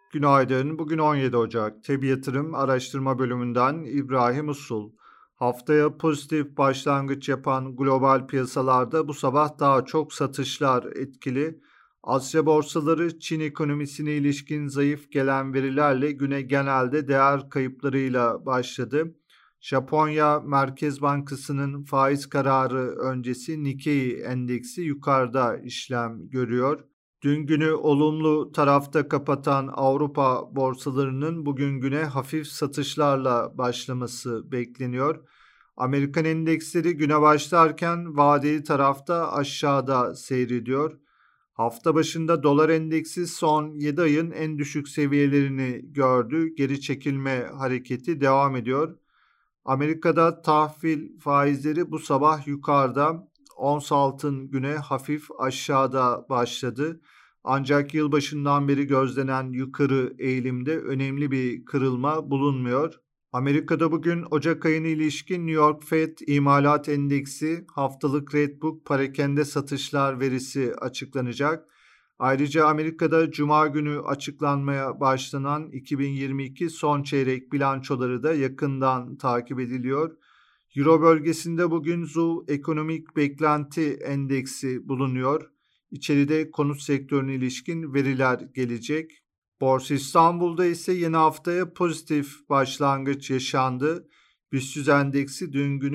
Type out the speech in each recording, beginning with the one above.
Günaydın. Bugün 17 Ocak. TEB Yatırım Araştırma Bölümünden İbrahim Usul. Haftaya pozitif başlangıç yapan global piyasalarda bu sabah daha çok satışlar etkili. Asya borsaları Çin ekonomisine ilişkin zayıf gelen verilerle güne genelde değer kayıplarıyla başladı. Japonya Merkez Bankası'nın faiz kararı öncesi Nikkei endeksi yukarıda işlem görüyor. Dün günü olumlu tarafta kapatan Avrupa borsalarının bugün güne hafif satışlarla başlaması bekleniyor. Amerikan endeksleri güne başlarken vadeli tarafta aşağıda seyrediyor. Hafta başında dolar endeksi son 7 ayın en düşük seviyelerini gördü. Geri çekilme hareketi devam ediyor. Amerika'da tahvil faizleri bu sabah yukarıda, ons altın güne hafif aşağıda başladı. Ancak yılbaşından beri gözlenen yukarı eğilimde önemli bir kırılma bulunmuyor. Amerika'da bugün Ocak ayına ilişkin New York Fed İmalat Endeksi, haftalık Redbook parakende satışlar verisi açıklanacak. Ayrıca Amerika'da Cuma günü açıklanmaya başlanan 2022 son çeyrek bilançoları da yakından takip ediliyor. Euro bölgesinde bugün ZU Ekonomik Beklenti Endeksi bulunuyor. İçeride konut sektörüne ilişkin veriler gelecek. Borsa İstanbul'da ise yeni haftaya pozitif başlangıç yaşandı. BIST endeksi dün günü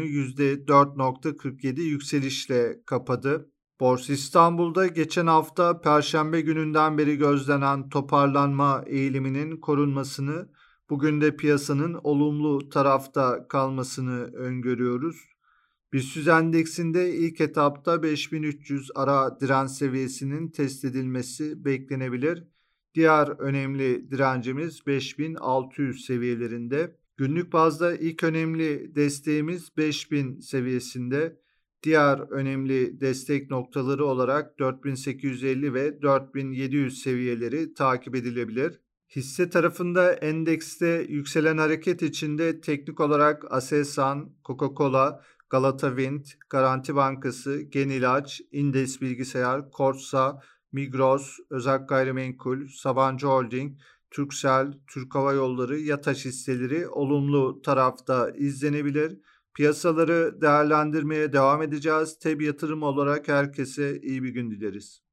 %4,47 yükselişle kapadı. Borsa İstanbul'da geçen hafta Perşembe gününden beri gözlenen toparlanma eğiliminin korunmasını, bugün de piyasanın olumlu tarafta kalmasını öngörüyoruz. BIST endeksinde ilk etapta 5300 ara direnç seviyesinin test edilmesi beklenebilir. Diğer önemli direncimiz 5600 seviyelerinde. Günlük bazda ilk önemli desteğimiz 5000 seviyesinde. Diğer önemli destek noktaları olarak 4850 ve 4700 seviyeleri takip edilebilir. Hisse tarafında endekste yükselen hareket içinde teknik olarak Aselsan, Coca-Cola, Galata Wind, Garanti Bankası, Genilaç, İndes Bilgisayar, Korsa, Migros, Özak Gayrimenkul, Sabancı Holding, Turkcell, Türk Hava Yolları, Yataş hisseleri olumlu tarafta izlenebilir. Piyasaları değerlendirmeye devam edeceğiz. TEB Yatırım olarak herkese iyi bir gün dileriz.